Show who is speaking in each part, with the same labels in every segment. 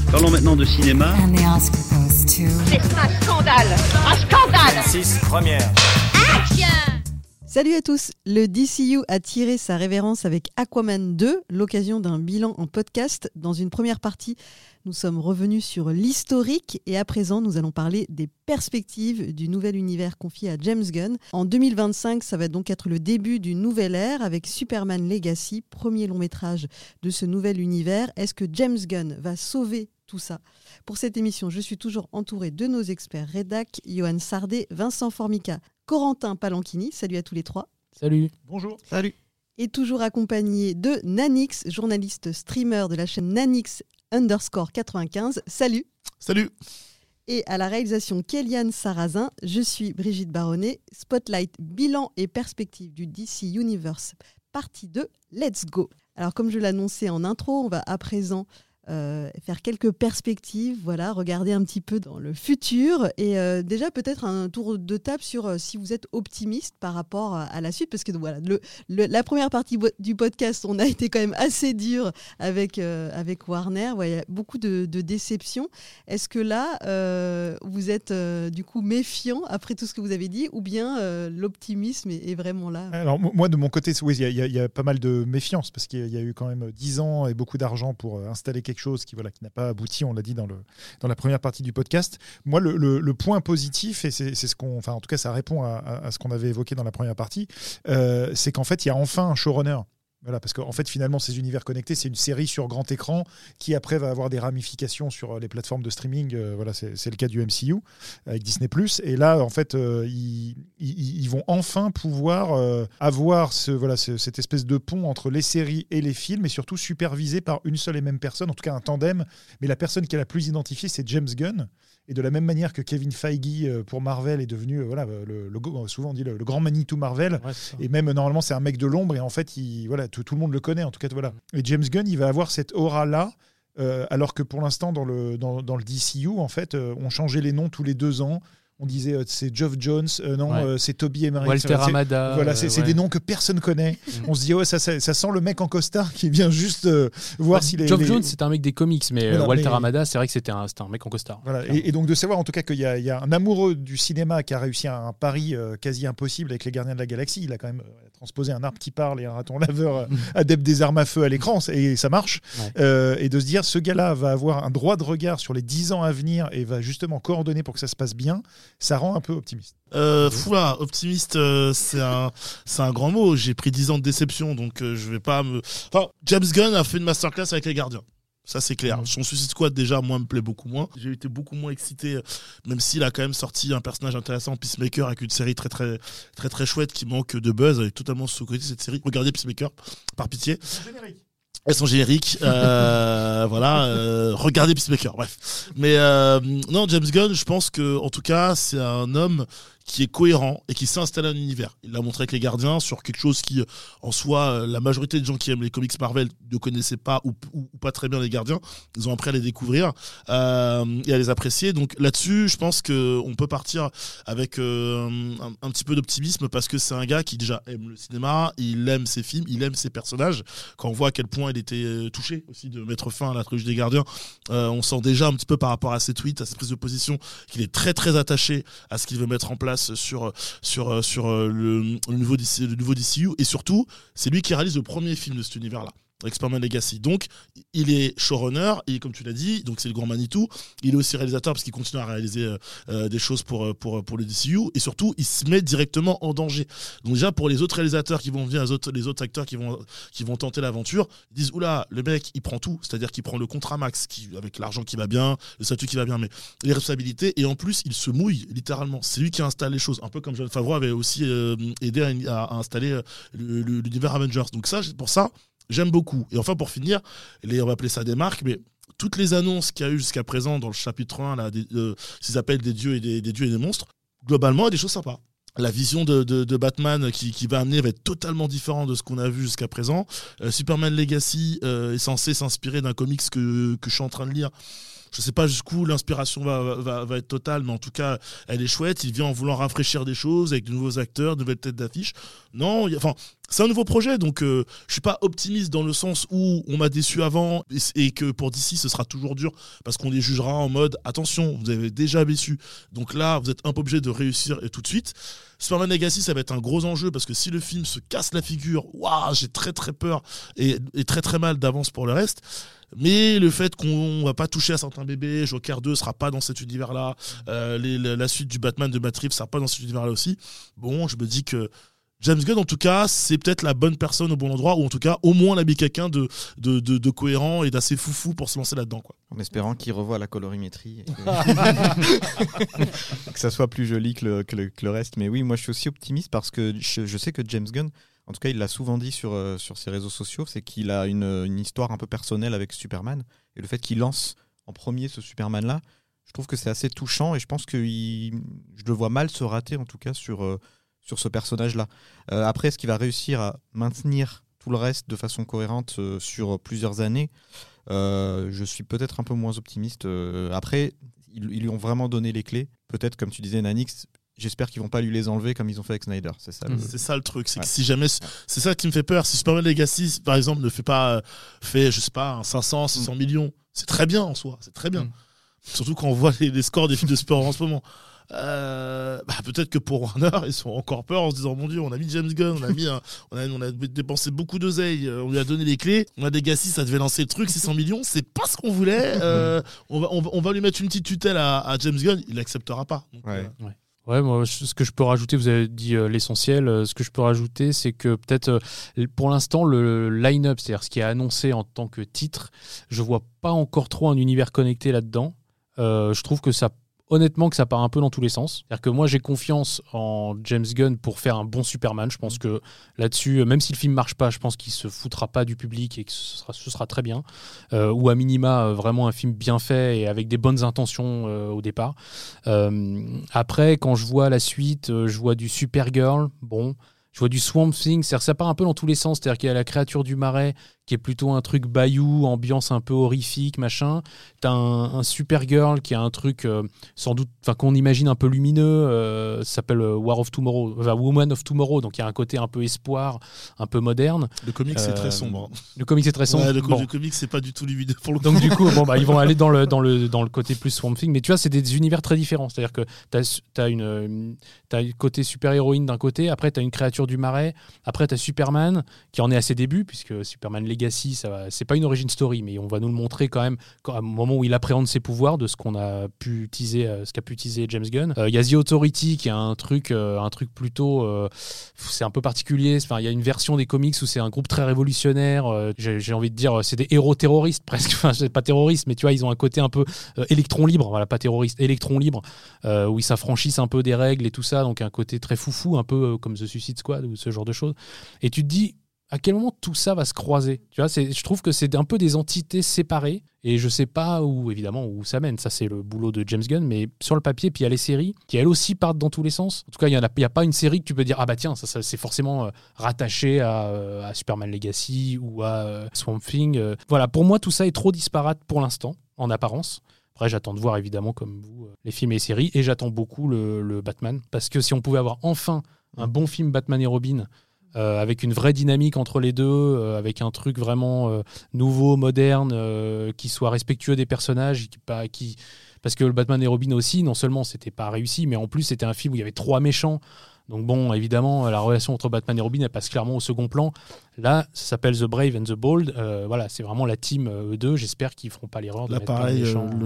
Speaker 1: Parlons maintenant de cinéma.
Speaker 2: And the Oscar goes to...
Speaker 3: C'est un scandale. Un scandale.
Speaker 4: 6 première.
Speaker 5: Salut à tous, le DCU a tiré sa révérence avec Aquaman 2, l'occasion d'un bilan en podcast. Dans une première partie, nous sommes revenus sur l'historique et à présent, nous allons parler des perspectives du nouvel univers confié à James Gunn. En 2025, ça va donc être le début d'une nouvelle ère avec Superman Legacy, premier long métrage de ce nouvel univers. Est-ce que James Gunn va sauver tout ça? Pour cette émission, je suis toujours entourée de nos experts rédac, Johan Sardet, Vincent Formica, Corentin Palanchini. Salut à tous les trois.
Speaker 4: Salut.
Speaker 6: Bonjour.
Speaker 1: Salut.
Speaker 5: Et toujours accompagné de Nanix, journaliste streamer de la chaîne Nanix_95. Salut.
Speaker 6: Salut.
Speaker 5: Et à la réalisation Kéliane Sarrazin, je suis Brigitte Baronnet. Spotlight, bilan et perspective du DC Universe, partie 2. Let's go. Alors comme je l'annonçais en intro, on va à présent faire quelques perspectives, voilà, regarder un petit peu dans le futur et déjà peut-être un tour de table sur si vous êtes optimiste par rapport à la suite, parce que voilà, la première partie du podcast, on a été quand même assez dur avec Warner, ouais, il y a beaucoup de déceptions. Est-ce que là, vous êtes du coup méfiant après tout ce que vous avez dit, ou bien l'optimisme est vraiment là?
Speaker 6: Alors moi de mon côté, oui, il y a pas mal de méfiance, parce qu'il y a eu quand même 10 ans et beaucoup d'argent pour installer quelque chose qui n'a pas abouti, on l'a dit dans la première partie du podcast. Moi, le point positif, et c'est ce qu'on, enfin en tout cas ça répond à ce qu'on avait évoqué dans la première partie, c'est qu'en fait il y a enfin un showrunner. Voilà, parce qu'en fait, finalement, ces univers connectés, c'est une série sur grand écran qui, après, va avoir des ramifications sur les plateformes de streaming. Voilà, c'est le cas du MCU avec Disney+. Et là, en fait, ils vont enfin pouvoir avoir cette espèce de pont entre les séries et les films, et surtout supervisé par une seule et même personne, en tout cas un tandem. Mais la personne qui est la plus identifiée, c'est James Gunn. Et de la même manière que Kevin Feige pour Marvel est devenu, souvent on dit le grand Manitou Marvel, ouais, et même normalement c'est un mec de l'ombre, et en fait tout le monde le connaît en tout cas. Voilà. Et James Gunn, il va avoir cette aura-là, alors que pour l'instant dans le DCU, en fait, on changeait les noms tous les 2 ans. On disait c'est Geoff Jones, c'est Toby Emmerich.
Speaker 4: Walter Hamada.
Speaker 6: Voilà, c'est des noms que personne connaît. On se dit, ça sent le mec en costard qui vient juste voir s'il est.
Speaker 4: Geoff Jones, c'est un mec des comics, mais Walter Hamada, c'est vrai que c'était un mec en costard.
Speaker 6: Voilà. Et donc de savoir en tout cas qu'il y a un amoureux du cinéma qui a réussi un pari quasi impossible avec les Gardiens de la Galaxie. Il a quand même transposé un arbre qui parle et un raton laveur adepte des armes à feu à l'écran, et ça marche. Ouais. Et de se dire, ce gars-là va avoir un droit de regard sur les 10 ans à venir et va justement coordonner pour que ça se passe bien. Ça rend un peu optimiste.
Speaker 7: Optimiste, c'est un grand mot. J'ai pris 10 ans de déception, donc je vais pas me... Enfin, James Gunn a fait une masterclass avec les Gardiens. Ça, c'est clair. Son Suicide Squad, déjà, moi, me plaît beaucoup moins. J'ai été beaucoup moins excité, même s'il a quand même sorti un personnage intéressant, Peacemaker, avec une série très, très, très, très chouette qui manque de buzz, avec totalement sous-côté cette série. Regardez Peacemaker, par pitié. Et son générique, regardez Peacemaker, bref. Mais non, James Gunn, je pense que, en tout cas, c'est un homme qui est cohérent et qui s'est installé un univers. Il l'a montré avec les Gardiens sur quelque chose qui, en soi, la majorité des gens qui aiment les comics Marvel ne connaissaient pas ou pas très bien les Gardiens. Ils ont appris à les découvrir et à les apprécier. Donc là-dessus, je pense qu'on peut partir avec un petit peu d'optimisme, parce que c'est un gars qui déjà aime le cinéma, il aime ses films, il aime ses personnages. Quand on voit à quel point il était touché aussi de mettre fin à la trilogie des Gardiens, on sent déjà un petit peu par rapport à ses tweets, à ses prises de position, qu'il est très très attaché à ce qu'il veut mettre en place sur le nouveau DCU, et surtout c'est lui qui réalise le premier film de cet univers-là, avec Superman Legacy. Donc il est showrunner, et comme tu l'as dit, donc c'est le grand Manitou. Il est aussi réalisateur parce qu'il continue à réaliser des choses pour le DCU, et surtout il se met directement en danger. Donc déjà pour les autres réalisateurs qui vont venir, les autres acteurs qui vont tenter l'aventure, ils disent oula, le mec il prend tout, c'est-à-dire qu'il prend le contrat max avec l'argent qui va bien, le statut qui va bien, mais les responsabilités, et en plus il se mouille littéralement. C'est lui qui installe les choses, un peu comme Jon Favreau avait aussi aidé à installer l'univers Avengers. Donc ça, pour ça j'aime beaucoup. Et enfin, pour finir, on va appeler ça des marques, mais toutes les annonces qu'il y a eu jusqu'à présent dans le chapitre 1, là, s'ils appellent des dieux et des monstres, globalement, il y a des choses sympas. La vision de Batman qui va amener va être totalement différente de ce qu'on a vu jusqu'à présent. Superman Legacy est censé s'inspirer d'un comics que je suis en train de lire. Je sais pas jusqu'où l'inspiration va être totale, mais en tout cas, elle est chouette. Il vient en voulant rafraîchir des choses avec de nouveaux acteurs, de nouvelles têtes d'affiche. Non, c'est un nouveau projet, donc je suis pas optimiste dans le sens où on m'a déçu avant et que pour DC ce sera toujours dur parce qu'on les jugera en mode attention, vous avez déjà déçu, donc là vous êtes un peu obligé de réussir et tout de suite. Superman Legacy, ça va être un gros enjeu parce que si le film se casse la figure, waouh, j'ai très très peur et très très mal d'avance pour le reste. Mais le fait qu'on va pas toucher à certains bébés, Joker 2 sera pas dans cet univers-là, la suite du Batman de Matt Reeves sera pas dans cet univers-là aussi. Bon, je me dis que James Gunn, en tout cas, c'est peut-être la bonne personne au bon endroit, ou en tout cas, au moins, on a mis quelqu'un de cohérent et d'assez foufou pour se lancer là-dedans, quoi.
Speaker 1: En espérant qu'il revoie la colorimétrie. Et que ça soit plus joli que le reste. Mais oui, moi, je suis aussi optimiste parce que je sais que James Gunn, en tout cas, il l'a souvent dit sur ses réseaux sociaux, c'est qu'il a une histoire un peu personnelle avec Superman. Et le fait qu'il lance en premier ce Superman-là, je trouve que c'est assez touchant et je pense que je le vois mal se rater, en tout cas, sur ce personnage-là. Après, est-ce qu'il va réussir à maintenir tout le reste de façon cohérente sur plusieurs années ? Je suis peut-être un peu moins optimiste. Après, ils lui ont vraiment donné les clés. Peut-être, comme tu disais, Nanix, j'espère qu'ils vont pas lui les enlever comme ils ont fait avec Snyder. C'est ça le truc. C'est que si jamais, c'est ça qui me fait peur. Si Superman Legacy, par exemple, ne fait je sais pas, un 500, 600 millions, c'est très bien en soi. C'est très bien. Surtout quand on voit les scores des films de sport en ce moment. Peut-être que pour Warner ils sont encore peur en se disant mon Dieu, on a mis James Gunn, on a dépensé beaucoup d'oseille, on lui a donné les clés, on a Legacy, ça devait lancer le truc, 600 millions, c'est pas ce qu'on voulait, on va lui mettre une petite tutelle à James Gunn, il l'acceptera pas. Donc,
Speaker 4: Ouais, moi, ce que je peux rajouter, vous avez dit l'essentiel, ce que je peux rajouter, c'est que peut-être pour l'instant, le line-up, c'est-à-dire ce qui est annoncé en tant que titre, je vois pas encore trop un univers connecté là-dedans. Je trouve que ça honnêtement que ça part un peu dans tous les sens. C'est-à-dire que moi j'ai confiance en James Gunn pour faire un bon Superman. Je pense que là-dessus, même si le film marche pas, je pense qu'il se foutra pas du public et que ce sera très bien. Ou à minima, vraiment un film bien fait et avec des bonnes intentions au départ. Après, quand je vois la suite, je vois du Supergirl, bon... Je vois du Swamp Thing, c'est-à-dire que ça part un peu dans tous les sens. C'est-à-dire qu'il y a la créature du marais qui est plutôt un truc bayou, ambiance un peu horrifique, machin. T'as un Supergirl qui a un truc sans doute, qu'on imagine un peu lumineux, ça s'appelle Woman of Tomorrow, donc il y a un côté un peu espoir, un peu moderne.
Speaker 7: Le comic c'est très sombre.
Speaker 4: Le comic c'est très sombre.
Speaker 7: Ouais, le comic c'est pas du tout lumineux pour le coup.
Speaker 4: Donc du coup, ils vont aller dans le côté plus Swamp Thing, mais tu vois, c'est des univers très différents. C'est-à-dire que t'as une côté super-héroïne d'un côté, après t'as une créature du marais, après t'as Superman qui en est à ses débuts, puisque Superman Legacy, c'est pas une origin story, mais on va nous le montrer quand même au moment où il appréhende ses pouvoirs, de ce qu'a pu teaser James Gunn. Il y a The Authority qui a un truc plutôt c'est un peu particulier. Enfin, il y a une version des comics où c'est un groupe très révolutionnaire, j'ai envie de dire c'est des héros terroristes presque, enfin c'est pas terroristes, mais tu vois, ils ont un côté un peu électron libre, voilà, pas terroriste, électron libre, où ils s'affranchissent un peu des règles et tout ça, donc un côté très foufou, un peu comme The Suicide Squad ou ce genre de choses. Et tu te dis à quel moment tout ça va se croiser, tu vois, je trouve que c'est un peu des entités séparées et je sais pas où ça mène. Ça, c'est le boulot de James Gunn, mais sur le papier, puis il y a les séries qui elles aussi partent dans tous les sens. En tout cas, il y a pas une série que tu peux dire ah bah tiens, ça c'est forcément rattaché à Superman Legacy ou à Swamp Thing. Voilà, pour moi tout ça est trop disparate pour l'instant en apparence. Après, j'attends de voir évidemment comme vous les films et les séries, et j'attends beaucoup le Batman, parce que si on pouvait avoir enfin un bon film Batman et Robin, avec une vraie dynamique entre les deux, avec un truc vraiment nouveau, moderne, qui soit respectueux des personnages, parce que le Batman et Robin aussi, non seulement c'était pas réussi, mais en plus c'était un film où il y avait 3 méchants. Donc bon, évidemment, la relation entre Batman et Robin, elle passe clairement au second plan. Là, ça s'appelle The Brave and the Bold. Voilà, c'est vraiment la team E2. J'espère qu'ils feront pas l'erreur de mettre
Speaker 7: pareil,
Speaker 4: plein de méchants.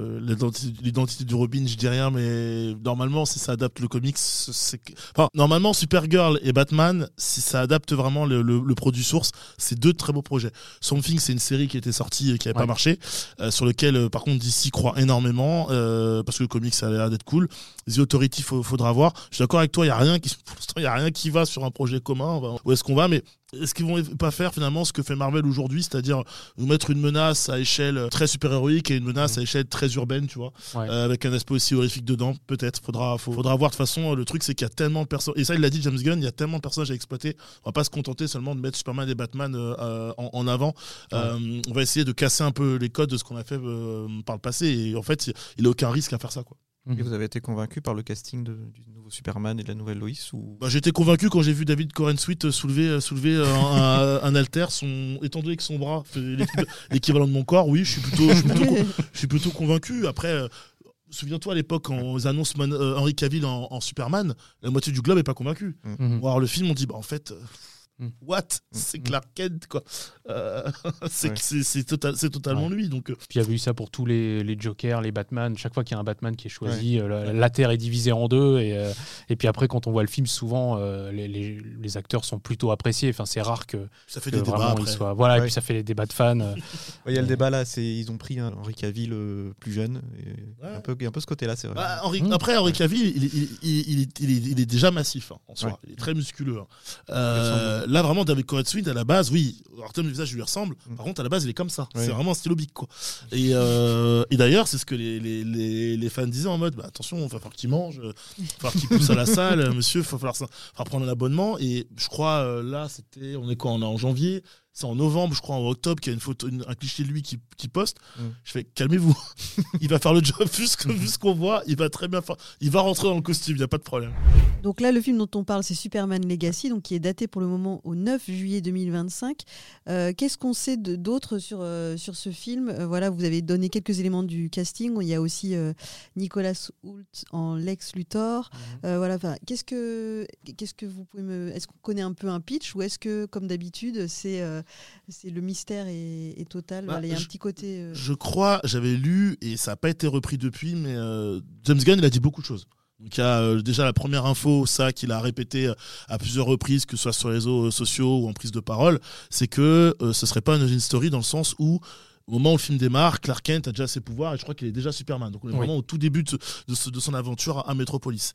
Speaker 7: L'identité du Robin, je dis rien, mais normalement, si ça adapte le comics, normalement, Supergirl et Batman, si ça adapte vraiment le produit source, c'est 2 très beaux projets. Swamp Thing, c'est une série qui était sortie et qui n'avait pas marché, sur lequel, par contre, DC croit énormément, parce que le comics, ça a l'air d'être cool. The Authority, faudra voir. Je suis d'accord avec toi, pour l'instant, il n'y a rien qui va sur un projet commun. Où est-ce qu'on va? Mais est-ce qu'ils vont pas faire finalement ce que fait Marvel aujourd'hui, c'est-à-dire nous mettre une menace à échelle très super-héroïque et une menace à échelle très urbaine, tu vois, avec un aspect aussi horrifique dedans? Peut-être. Faudra voir. De toute façon, le truc, c'est qu'il y a tellement de personnes, et ça il l'a dit James Gunn, il y a tellement de personnages à exploiter. On va pas se contenter seulement de mettre Superman et Batman en avant. On va essayer de casser un peu les codes de ce qu'on a fait par le passé, et en fait il n'y a aucun risque à faire ça, quoi.
Speaker 1: Et vous avez été convaincu par le casting du nouveau Superman et de la nouvelle Lois ou...
Speaker 7: J'ai été convaincu quand j'ai vu David Corenswet soulever un halter, étant donné que son bras fait l'équivalent de mon corps. Oui, je suis plutôt convaincu. Après, souviens-toi à l'époque quand ils annoncent Henry Cavill en Superman, la moitié du globe n'est pas convaincu. Voir le film, on dit en fait. What? C'est Clark Kent, quoi. C'est totalement lui. Donc.
Speaker 4: Puis il y avait eu ça pour tous les Jokers, les Batman. Chaque fois qu'il y a un Batman qui est choisi, la Terre est divisée en deux. Et puis après, quand on voit le film, souvent, les acteurs sont plutôt appréciés. Enfin, c'est rare que
Speaker 7: ça fait des débats après.
Speaker 4: Et puis ça fait les débats de fans.
Speaker 1: Il y a le débat là, ils ont pris Henry Cavill plus jeune. Et un peu ce côté-là, c'est vrai.
Speaker 7: Après, Henry Cavill, il est déjà massif en soi. Il est très musculeux. Là, vraiment, David Corenswet, à la base, oui, en termes de visage, lui ressemble. Par contre, à la base, il est comme ça. C'est vraiment un stylobique, quoi. Et d'ailleurs, c'est ce que les fans disaient en mode attention, il va falloir qu'il mange, il va falloir qu'il pousse à la salle, monsieur, il va falloir prendre un abonnement. Et je crois, là, on est en janvier. C'est en novembre, je crois, en octobre, qu'il y a une photo, un cliché de lui qui poste. Je fais calmez-vous. Il va faire le job, vu ce qu'on voit. Il va très bien faire. Il va rentrer dans le costume, il n'y a pas de problème.
Speaker 5: Donc là, le film dont on parle, c'est Superman Legacy, donc qui est daté pour le moment au 9 juillet 2025. Qu'est-ce qu'on sait d'autre sur ce film? Voilà, vous avez donné quelques éléments du casting. Il y a aussi Nicholas Hoult en Lex Luthor. Voilà, qu'est-ce que vous pouvez Est-ce qu'on connaît un peu un pitch ou est-ce que, comme d'habitude, c'est le mystère est total? Voilà, il y a un petit côté.
Speaker 7: Je crois, j'avais lu et ça n'a pas été repris depuis, mais James Gunn, il a dit beaucoup de choses. Donc il y a déjà la première info, ça qu'il a répété à plusieurs reprises, que ce soit sur les réseaux sociaux ou en prise de parole, c'est que ce serait pas une origin story dans le sens où au moment où le film démarre, Clark Kent a déjà ses pouvoirs et je crois qu'il est déjà Superman. Donc on est vraiment au tout début de son aventure à Metropolis.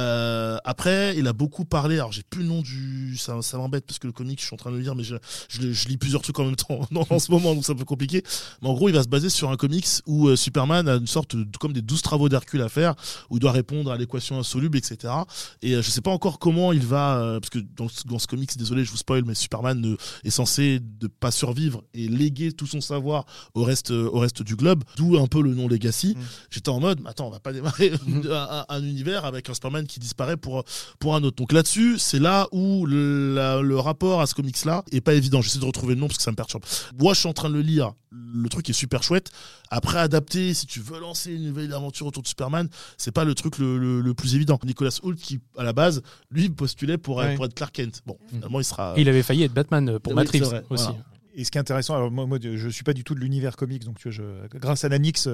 Speaker 7: Après, il a beaucoup parlé, alors j'ai plus le nom ça m'embête parce que le comic, je suis en train de le lire, mais je lis plusieurs trucs en même temps en ce moment, donc c'est un peu compliqué. Mais en gros, il va se baser sur un comics où Superman a une sorte comme des 12 travaux d'Hercule à faire, où il doit répondre à l'équation insoluble, etc. Et je sais pas encore comment il va, parce que dans ce comics, désolé, je vous spoil, mais Superman est censé ne pas survivre et léguer tout son savoir au reste du globe, d'où un peu le nom Legacy. J'étais en mode, attends, on va pas démarrer un univers avec un Superman qui disparaît pour un autre. Donc là-dessus, c'est là où le rapport à ce comics-là est pas évident. J'essaie de retrouver le nom parce que ça me perturbe. Moi, je suis en train de le lire. Le truc est super chouette. Après, adapter, si tu veux lancer une nouvelle aventure autour de Superman, c'est pas le truc le plus évident. Nicholas Hoult, qui, à la base, lui, postulait pour être Clark Kent. Bon, finalement, il sera...
Speaker 4: Il avait failli être Batman pour Matrix aussi.
Speaker 6: Voilà. Et ce qui est intéressant, alors moi je suis pas du tout de l'univers comics, donc tu vois, grâce à Nanix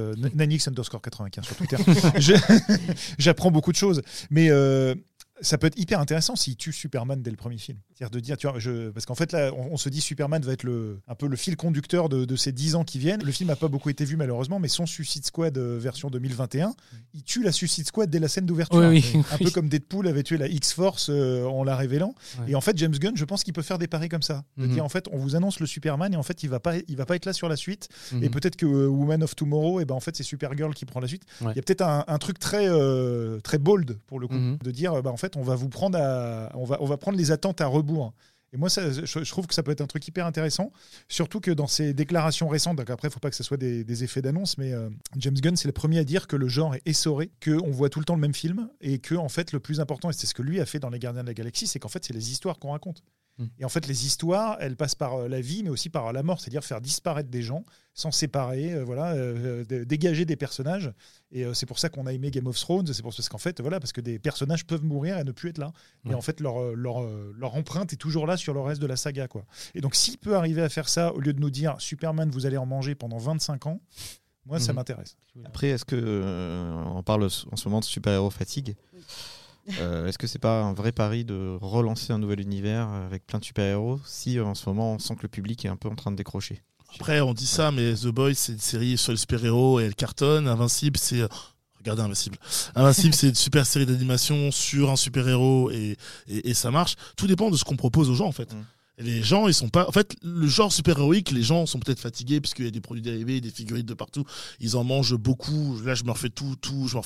Speaker 6: _95 sur Twitter, j'apprends beaucoup de choses. Mais ça peut être hyper intéressant s'il tue Superman dès le premier film. C'est-à-dire de dire, tu vois, parce qu'en fait là, on se dit Superman va être un peu le fil conducteur de ces 10 ans qui viennent. Le film n'a pas beaucoup été vu malheureusement, mais son Suicide Squad version 2021, il tue la Suicide Squad dès la scène d'ouverture. Un peu comme Deadpool avait tué la X-Force en la révélant. Et en fait, James Gunn, je pense qu'il peut faire des paris comme ça. De dire, en fait, on vous annonce le Superman et en fait, il va pas être là sur la suite. Et peut-être que Woman of Tomorrow, et ben en fait, c'est Supergirl qui prend la suite. Il y a peut-être un truc très bold pour le coup, de dire, en fait, on va vous prendre on va prendre les attentes à rebours. Et moi, je trouve que ça peut être un truc hyper intéressant, surtout que dans ses déclarations récentes, donc après, il ne faut pas que ce soit des effets d'annonce, mais James Gunn, c'est le premier à dire que le genre est essoré, qu'on voit tout le temps le même film, et que en fait, le plus important, et c'est ce que lui a fait dans Les Gardiens de la Galaxie, c'est qu'en fait, c'est les histoires qu'on raconte. Et en fait, les histoires, elles passent par la vie, mais aussi par la mort, c'est-à-dire faire disparaître des gens, s'en séparer, dégager des personnages. Et c'est pour ça qu'on a aimé Game of Thrones, c'est parce qu'en fait, parce que des personnages peuvent mourir et ne plus être là. Et en fait, leur empreinte est toujours là sur le reste de la saga, quoi. Et donc, s'il peut arriver à faire ça, au lieu de nous dire Superman, vous allez en manger pendant 25 ans, moi, ça m'intéresse.
Speaker 1: Après, est-ce que on parle en ce moment de super-héros fatigue? Est-ce que c'est pas un vrai pari de relancer un nouvel univers avec plein de super-héros si en ce moment on sent que le public est un peu en train de décrocher?
Speaker 7: Après, on dit ça, mais The Boys, c'est une série sur les super-héros et elle cartonne. Invincible, c'est... Regardez Invincible. Invincible, c'est une super série d'animation sur un super-héros et ça marche. Tout dépend de ce qu'on propose aux gens, en fait. Et les gens, ils sont pas. En fait, le genre super-héroïque, les gens sont peut-être fatigués parce qu'il y a des produits dérivés, des figurines de partout. Ils en mangent beaucoup. Là, je me refais tout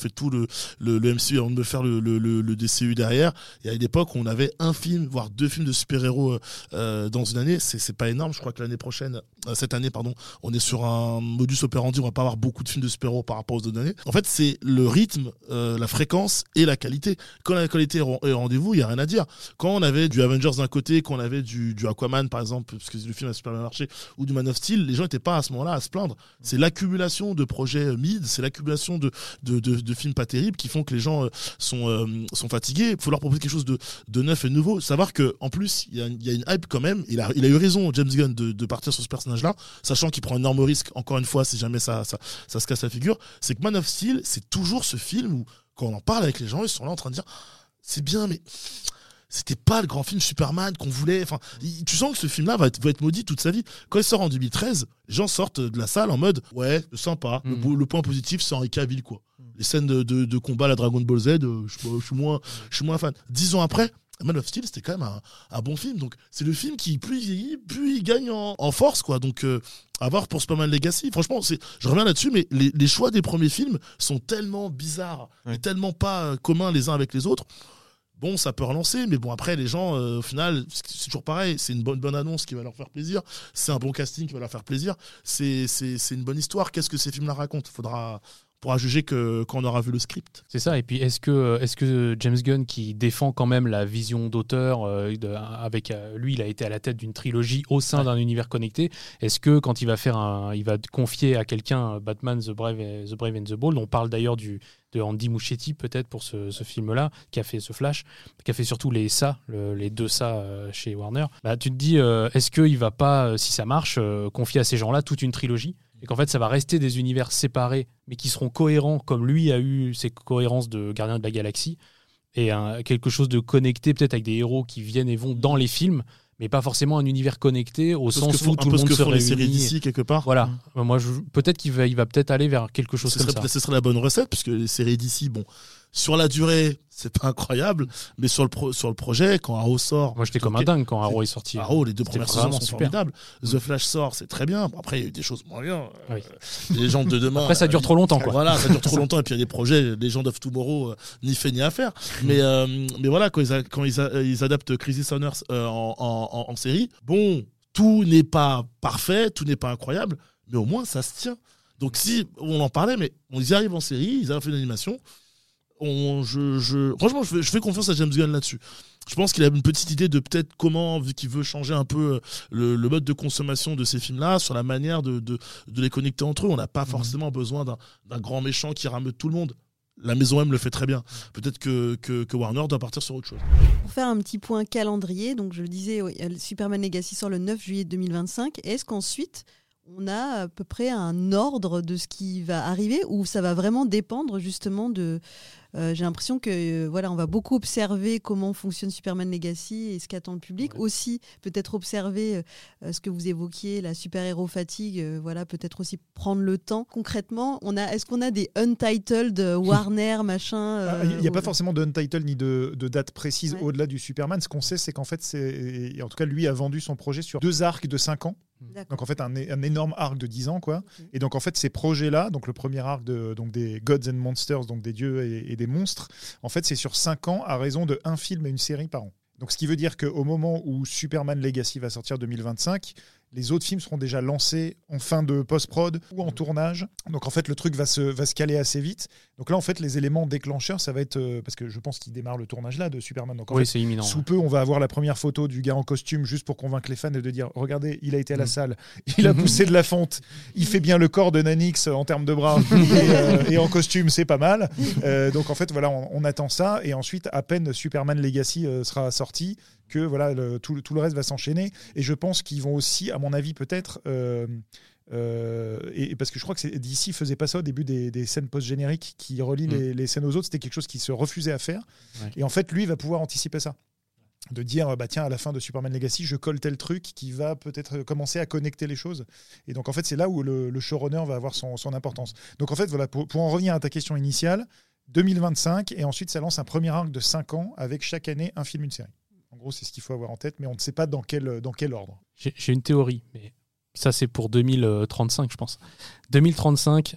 Speaker 7: le MCU avant de me faire le DCU derrière. Il y a une époque où on avait un film, voire 2 films de super-héros dans une année. C'est pas énorme. Je crois que cette année, on est sur un modus operandi. On va pas avoir beaucoup de films de super-héros par rapport aux autres années. En fait, c'est le rythme, la fréquence et la qualité. Quand la qualité est au rendez-vous, il y a rien à dire. Quand on avait du Avengers d'un côté, quand on avait du Aquaman par exemple, parce que le film a super bien marché, ou du Man of Steel, les gens n'étaient pas à ce moment-là à se plaindre. C'est l'accumulation de projets mid, c'est l'accumulation de films pas terribles qui font que les gens sont fatigués. Il faut leur proposer quelque chose de neuf et de nouveau. Savoir que en plus il y a une hype quand même. Il a eu raison, James Gunn, de partir sur ce personnage-là, sachant qu'il prend un énorme risque. Encore une fois, si jamais ça se casse la figure, c'est que Man of Steel, c'est toujours ce film où quand on en parle avec les gens, ils sont là en train de dire c'est bien, mais c'était pas le grand film Superman qu'on voulait. Enfin, tu sens que ce film-là va être maudit toute sa vie. Quand il sort en 2013, les gens sortent de la salle en mode ouais, sympa. Le point positif, c'est Henry Cavill, quoi. Les scènes de combat à la Dragon Ball Z, je suis moins fan. 10 ans après, Man of Steel, c'était quand même un bon film. Donc, c'est le film qui, plus il vieillit, plus il gagne en force, quoi. Donc, à voir pour Superman Legacy. Franchement, je reviens là-dessus, mais les choix des premiers films sont tellement bizarres et tellement pas communs les uns avec les autres. Bon, ça peut relancer, mais bon, après, les gens, au final, c'est toujours pareil. C'est une bonne annonce qui va leur faire plaisir. C'est un bon casting qui va leur faire plaisir. C'est une bonne histoire. Qu'est-ce que ces films-là racontent ? On pourra juger quand on aura vu le script.
Speaker 4: C'est ça. Et puis, est-ce que James Gunn, qui défend quand même la vision d'auteur, lui, il a été à la tête d'une trilogie au sein d'un univers connecté. Est-ce que quand il va confier à quelqu'un Batman The Brave and the Bold, on parle d'ailleurs de Andy Muschietti peut-être pour ce film-là, qui a fait ce Flash, qui a fait surtout les deux chez Warner. Bah, tu te dis, est-ce qu'il va pas, si ça marche, confier à ces gens-là toute une trilogie ? Et qu'en fait, ça va rester des univers séparés, mais qui seront cohérents, comme lui a eu ses cohérences de Gardiens de la Galaxie, et quelque chose de connecté, peut-être avec des héros qui viennent et vont dans les films, mais pas forcément un univers connecté au sens où tout le monde se réunit.
Speaker 7: Les séries d'ici quelque part.
Speaker 4: Voilà. Moi, peut-être qu'il va peut-être aller vers quelque chose comme ça.
Speaker 7: Ce serait la bonne recette, puisque les séries d'ici, bon, sur la durée, c'est pas incroyable, mais sur le projet, quand Arrow sort...
Speaker 4: Moi, j'étais comme un dingue quand Arrow est sorti.
Speaker 7: Arrow, les 2 premières saisons sont
Speaker 4: super.
Speaker 7: formidables. The Flash sort, c'est très bien. Après, il y a eu des choses moins bien. Les gens de demain...
Speaker 4: Après, ça dure trop longtemps, quoi.
Speaker 7: Voilà, ça dure trop longtemps. Et puis, il y a des projets, les gens of Tomorrow, ni fait ni à faire. Mais voilà, quand ils adaptent Crisis on Earth en série, bon, tout n'est pas parfait, tout n'est pas incroyable, mais au moins, ça se tient. Donc, si on en parlait, mais on y arrive en série, ils ont fait une animation... Franchement, je fais confiance à James Gunn là-dessus. Je pense qu'il a une petite idée de peut-être comment, vu qu'il veut changer un peu le mode de consommation de ces films-là, sur la manière de les connecter entre eux. On n'a pas forcément besoin d'un grand méchant qui rameute tout le monde. La maison M le fait très bien. Peut-être que Warner doit partir sur autre chose.
Speaker 5: Pour faire un petit point calendrier, donc je le disais, Superman Legacy sort le 9 juillet 2025. Est-ce qu'ensuite, on a à peu près un ordre de ce qui va arriver ou ça va vraiment dépendre justement de... j'ai l'impression que on va beaucoup observer comment fonctionne Superman Legacy et ce qu'attend le public. Ouais. Aussi, peut-être observer ce que vous évoquiez, la super-héros fatigue. Peut-être aussi prendre le temps. Concrètement, est-ce qu'on a des untitled Warner, machin
Speaker 6: Il n'y a pas forcément de untitled ni de date précise au-delà du Superman. Ce qu'on sait, c'est qu'en fait, en tout cas, lui a vendu son projet sur 2 arcs de 5 ans. D'accord. Donc en fait un énorme arc de 10 ans quoi. Okay. Et donc en fait ces projets-là, donc le premier arc des Gods and Monsters, donc des dieux et des monstres, en fait c'est sur 5 ans à raison de 1 film et une série par an. Donc ce qui veut dire qu'au moment où Superman Legacy va sortir 2025, les autres films seront déjà lancés en fin de post-prod ou en tournage. Donc en fait le truc va se caler assez vite. Donc là en fait les éléments déclencheurs ça va être parce que je pense qu'il démarre le tournage là de Superman. Donc en fait,
Speaker 4: c'est imminent.
Speaker 6: Sous peu on va avoir la première photo du gars en costume juste pour convaincre les fans et de dire regardez il a été à la salle, il a poussé de la fonte, il fait bien le corps de Nanix en termes de bras et en costume c'est pas mal. Donc en fait voilà on attend ça et ensuite à peine Superman Legacy sera sorti que tout le reste va s'enchaîner et je pense qu'ils vont aussi à mon avis peut-être et parce que je crois que DC faisait pas ça au début des scènes post-génériques qui relient les scènes aux autres, c'était quelque chose qui se refusait à faire et en fait lui il va pouvoir anticiper ça, de dire tiens à la fin de Superman Legacy je colle tel truc qui va peut-être commencer à connecter les choses et donc en fait c'est là où le showrunner va avoir son importance. Donc en fait voilà pour en revenir à ta question initiale, 2025 et ensuite ça lance un premier arc de 5 ans avec chaque année un film, une série. En gros, c'est ce qu'il faut avoir en tête, mais on ne sait pas dans quel ordre.
Speaker 4: J'ai une théorie, mais ça, c'est pour 2035, je pense. 2035,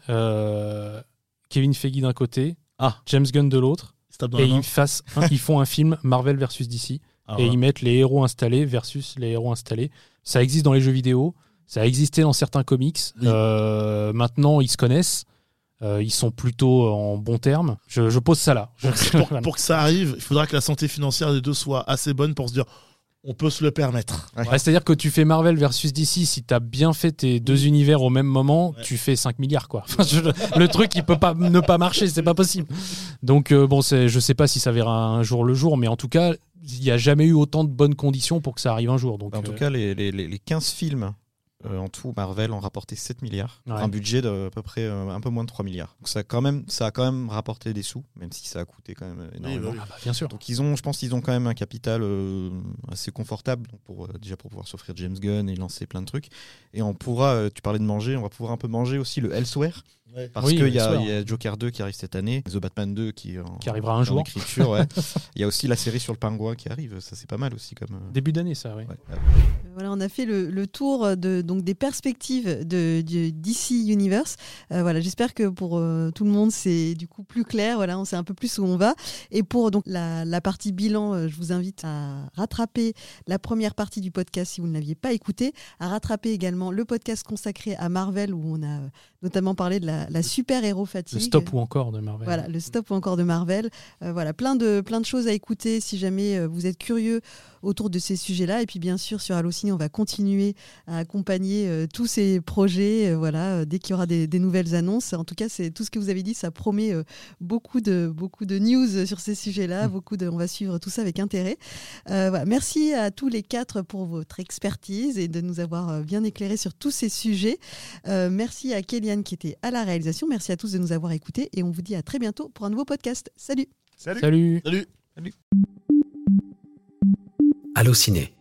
Speaker 4: Kevin Feige d'un côté, James Gunn de l'autre, et ils font un film Marvel versus DC, et ils mettent les héros installés versus les héros installés. Ça existe dans les jeux vidéo, ça a existé dans certains comics. Oui. Maintenant, ils se connaissent. Ils sont plutôt en bons termes. Je pose ça là.
Speaker 7: Pour que ça arrive, il faudra que la santé financière des deux soit assez bonne pour se dire on peut se le permettre.
Speaker 4: Ouais, c'est-à-dire que tu fais Marvel versus DC, si tu as bien fait tes deux univers au même moment, tu fais 5 milliards. Quoi. Le truc, il peut pas ne pas marcher, c'est pas possible. Donc, je sais pas si ça verra un jour le jour, mais en tout cas, il n'y a jamais eu autant de bonnes conditions pour que ça arrive un jour. Donc,
Speaker 1: en tout cas, les 15 films en tout, Marvel ont rapporté 7 milliards, pour un budget d'à peu près un peu moins de 3 milliards. Donc ça a quand même rapporté des sous, même si ça a coûté quand même énormément.
Speaker 4: Bien sûr.
Speaker 1: Donc je pense qu'ils ont quand même un capital assez confortable pour pouvoir s'offrir James Gunn et lancer plein de trucs. Et on pourra, tu parlais de manger, on va pouvoir un peu manger aussi le Elsewhere. Ouais. Parce qu'il y a Joker 2 qui arrive cette année, The Batman 2 qui
Speaker 4: arrivera un jour.
Speaker 1: Il y a aussi la série sur le pingouin qui arrive, ça c'est pas mal aussi.
Speaker 4: Début d'année, ça, oui.
Speaker 5: Voilà, on a fait le tour donc des perspectives du DC Universe. J'espère que pour tout le monde c'est du coup plus clair. Voilà, on sait un peu plus où on va. Et pour donc la partie bilan, je vous invite à rattraper la première partie du podcast si vous ne l'aviez pas écouté, à rattraper également le podcast consacré à Marvel où on a notamment parlé de la super-héros fatigue.
Speaker 4: Le stop ou encore de Marvel.
Speaker 5: Voilà, le stop ou encore de Marvel. Plein de choses à écouter si jamais vous êtes curieux autour de ces sujets-là. Et puis bien sûr, sur Allociné, on va continuer à accompagner tous ces projets dès qu'il y aura des nouvelles annonces. En tout cas, c'est tout ce que vous avez dit, ça promet beaucoup de news sur ces sujets-là. On va suivre tout ça avec intérêt. Merci à tous les 4 pour votre expertise et de nous avoir bien éclairés sur tous ces sujets. Merci à Kéliane qui était à la réalisation. Merci à tous de nous avoir écoutés et on vous dit à très bientôt pour un nouveau podcast. Salut.
Speaker 4: Salut.
Speaker 7: Salut.
Speaker 2: Allociné.